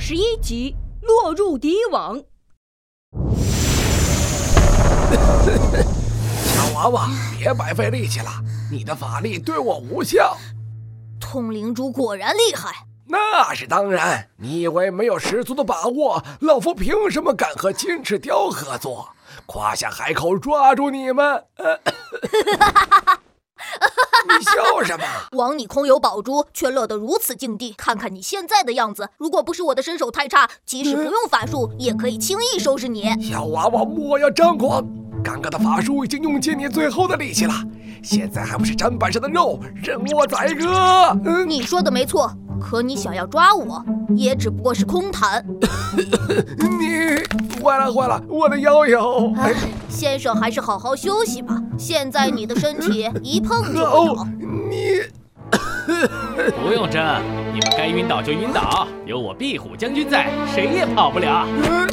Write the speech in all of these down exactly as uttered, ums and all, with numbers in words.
十一集落入敌网。 小娃娃，别白费力气了，你的法力对我无效。 通灵珠果然厉害。 那是当然，你以为没有十足的把握，老夫凭什么敢和金翅雕合作？夸下海口抓住你们！呃、你笑什么？ 枉你空有宝珠，却乐得如此境地。看看你现在的样子，如果不是我的身手太差，即使不用法术，嗯、也可以轻易收拾你。 小娃娃莫要张狂，刚刚的法术已经用尽你最后的力气了，现在还不是砧板上的肉，任我宰割！ 嗯、你说的没错。可你想要抓我，也只不过是空谈。 你坏了坏了，我的腰腰！ 哎，先生还是好好休息吧。现在你的身体一碰就会倒。 你不用争，你们该晕倒就晕倒，有我壁虎将军在，谁也跑不了。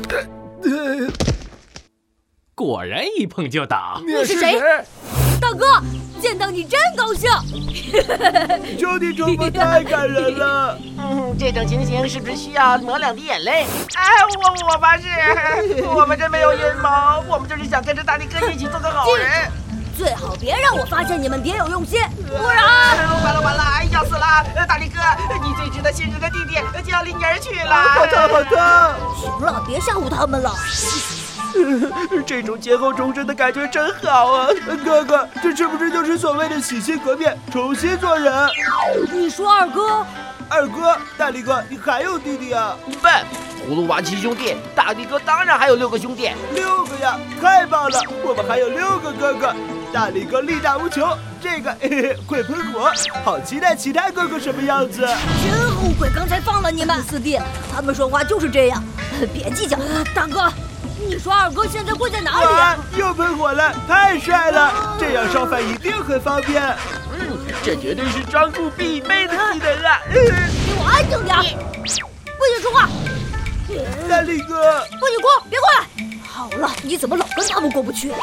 果然一碰就倒。 你是谁？ 大哥，见到你真高兴。 兄弟冲锋太感人了。 嗯，这种情形是不是需要抹两滴眼泪？哎，我我发誓，我们真没有阴谋，我们就是想跟着大力哥一起做个好人。 最好别让我发现你们别有用心，不然…… 完了完了，要死了！大力哥，你最值得信任的弟弟就要离你而去了。 好疼好疼！ 行了，别吓唬他们了。 这种劫后重生的感觉真好啊！哥哥，这是不是就是所谓的洗心革面，重新做人？ 你说二哥？ 二哥，大力哥，你还有弟弟啊？ 笨，葫芦娃七兄弟，大力哥当然还有六个兄弟。 六个呀，太棒了！我们还有六个哥哥。大力哥力大无穷，这个嘿嘿会喷火，好期待其他哥哥什么样子。 真后悔刚才放了你们四弟，他们说话就是这样。别计较，大哥。你说二哥现在会在哪里啊？ 又喷火了，太帅了！这样烧饭一定很方便。 嗯，这绝对是庄主必备的技能啊！ 给我安静点，不许说话！ 大力哥， 不许哭，别过来！好了，你怎么老跟他们过不去？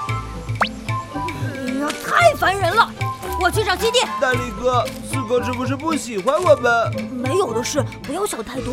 哎呀，太烦人了！我去找基地。 大力哥，四哥是不是不喜欢我们？ 没有的事，不要想太多。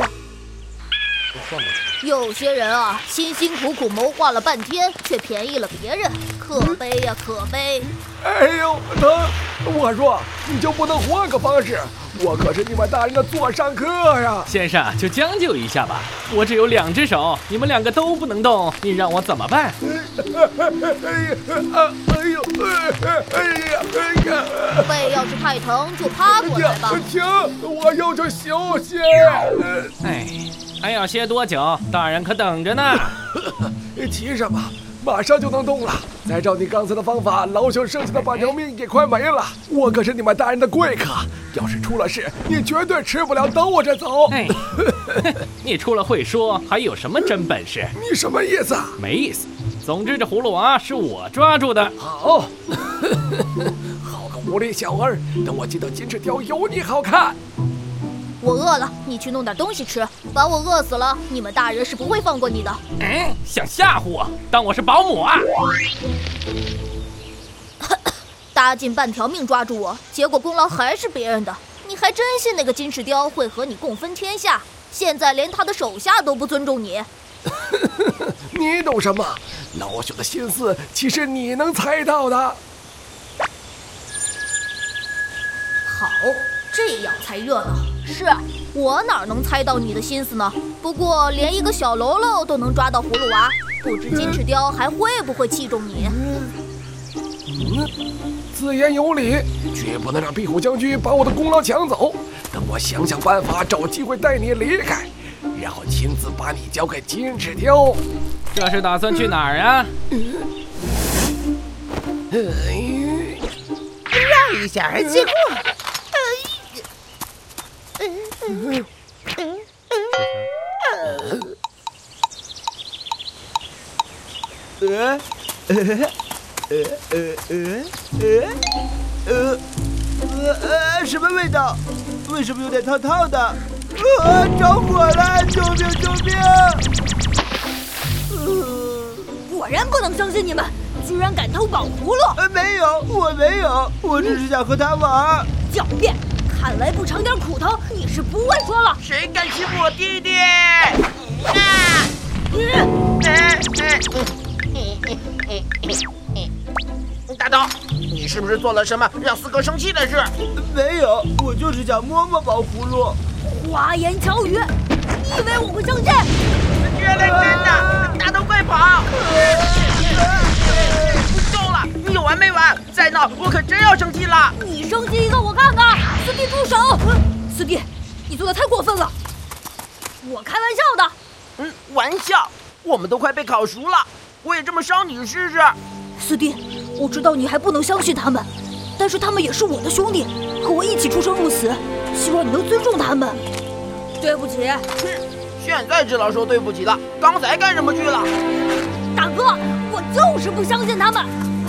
有些人啊，辛辛苦苦谋划了半天，却便宜了别人，可悲呀、啊，可悲！ 哎呦，疼！我说，你就不能换个方式？我可是你们大人的座上客呀！ 先生，就将就一下吧，我只有两只手，你们两个都不能动，你让我怎么办？ 哎呀，哎呦，哎呀，哎呀！ 背要是太疼，就趴过来吧。 停！我要求休息。 哎。还要歇多久？大人可等着呢。 急什么？马上就能动了。再照你刚才的方法，老朽剩下的半条命也快没了。我可是你们大人的贵客，要是出了事，你绝对吃不了兜我这走。 哎，你除了会说，还有什么真本事？ 你什么意思啊？ 没意思。总之，这葫芦娃是我抓住的。 好，好个无理小儿，等我见到金翅雕有你好看。 我饿了，你去弄点东西吃，把我饿死了，你们大人是不会放过你的。 嗯，想吓唬我，当我是保姆啊？ 搭尽半条命抓住我，结果功劳还是别人的，你还真信那个金翅雕会和你共分天下？现在连他的手下都不尊重你。 你懂什么？老朽的心思岂是你能猜到的？好。 这样才热闹。是我哪能猜到你的心思呢？不过连一个小喽啰都能抓到葫芦娃，不知金翅雕还会不会器重你？ 嗯，自言有理，绝不能让壁虎将军把我的功劳抢走。等我想想办法，找机会带你离开，然后亲自把你交给金翅雕。 这是打算去哪儿啊？ 让一下，借过。 呃呃呃呃呃呃呃呃什么味道？为什么有点烫烫的？啊！着火了！救命！救命！ 呃，果然不能相信你们，居然敢偷宝葫芦！ 呃，没有，我没有，我只是想和他玩。 狡辩！ 看来不尝点苦头，你是不会说了。 谁敢欺负我弟弟？啊！大头，你是不是做了什么让四哥生气的事？ 没有，我就是想摸摸宝葫芦。 花言巧语，你以为我会相信？ 原来真的！大头快跑！够了，你有完没完？再闹，我可真要生气了！ 你生气一个我看看！四弟住手！四弟，你做的太过分了！我开玩笑的。 嗯，玩笑，我们都快被烤熟了，我也这么烧你试试。 四弟，我知道你还不能相信他们，但是他们也是我的兄弟，和我一起出生入死，希望你能尊重他们。对不起。 哼，现在知道说对不起了，刚才干什么去了？ 大哥，我就是不相信他们。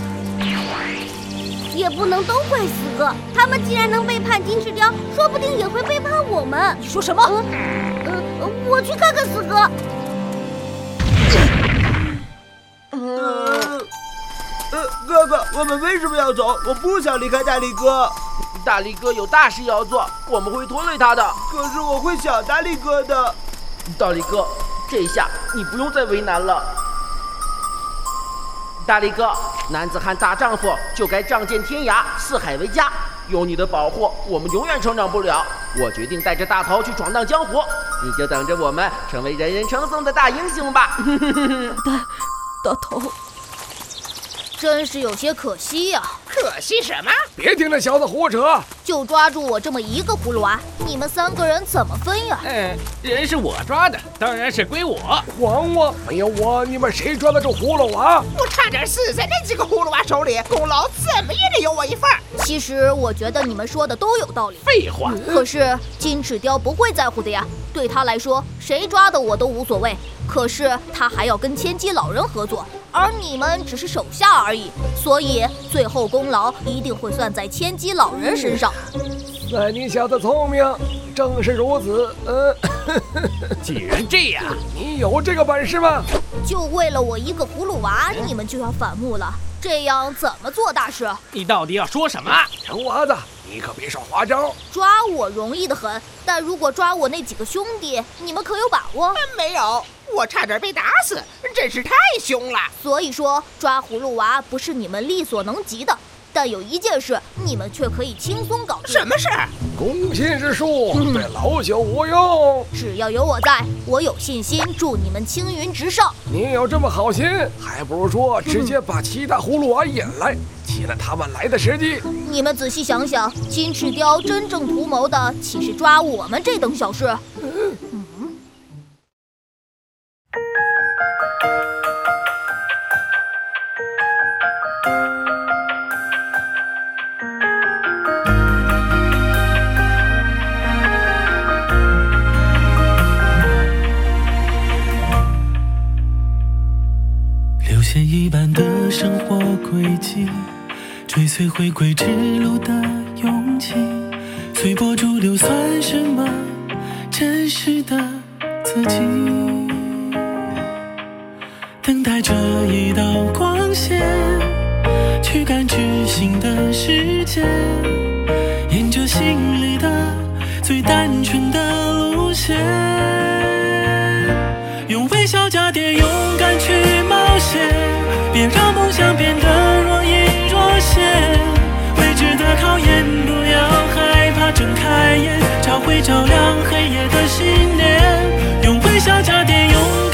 也不能都怪四哥，他们既然能背叛金翅雕，说不定也会背叛我们。 你说什么？ 嗯，呃，我去看看四哥。 呃，呃，哥哥，我们为什么要走？我不想离开大力哥。 大力哥有大事要做，我们会拖累他的。 可是我会想大力哥的。 大力哥，这下你不用再为难了。大力哥，男子汉大丈夫就该仗剑天涯，四海为家。有你的保护，我们永远成长不了。我决定带着大头去闯荡江湖，你就等着我们成为人人称颂的大英雄吧。 大大头， 真是有些可惜呀、啊。 可惜什么？ 别听这小子胡扯！ 就抓住我这么一个葫芦娃，你们三个人怎么分呀？ 嗯，人是我抓的，当然是归我。 还我！没有我，你们谁抓得住葫芦娃？ 我差点死在那几个葫芦娃手里，功劳怎么也得有我一份。 其实我觉得你们说的都有道理。 废话。 可是金翅雕不会在乎的呀，对他来说，谁抓的我都无所谓。可是他还要跟千机老人合作，而你们只是手下而已，所以最后功劳一定会算在千机老人身上。 算你小子聪明，正是如此。呃， 既然这样， 你有这个本事吗？ 就为了我一个葫芦娃，你们就要反目了？这样怎么做大事？ 你到底要说什么？ 臭娃子，你可别耍花招。 抓我容易得很，但如果抓我那几个兄弟，你们可有把握？ 没有，我差点被打死，真是太凶了。 所以说，抓葫芦娃不是你们力所能及的。但有一件事，你们却可以轻松搞定。 什么事？ 攻心之术对老朽无用。 只要有我在，我有信心助你们青云直上。 你有这么好心，还不如说直接把其他葫芦娃引来，起了他们来的时机。 你们仔细想想，金翅雕真正图谋的岂是抓我们这等小事？嗯。 线一般的生活轨迹，追随回归之路的勇气，随波逐流算什么真实的自己？等待着一道光线，去感知新的世界，沿着心里的最单纯的路线，用微笑加点勇敢去冒险，别让梦想变得若隐若现。未知的考验，不要害怕，睁开眼，找回照亮黑夜的信念。用微笑加点勇敢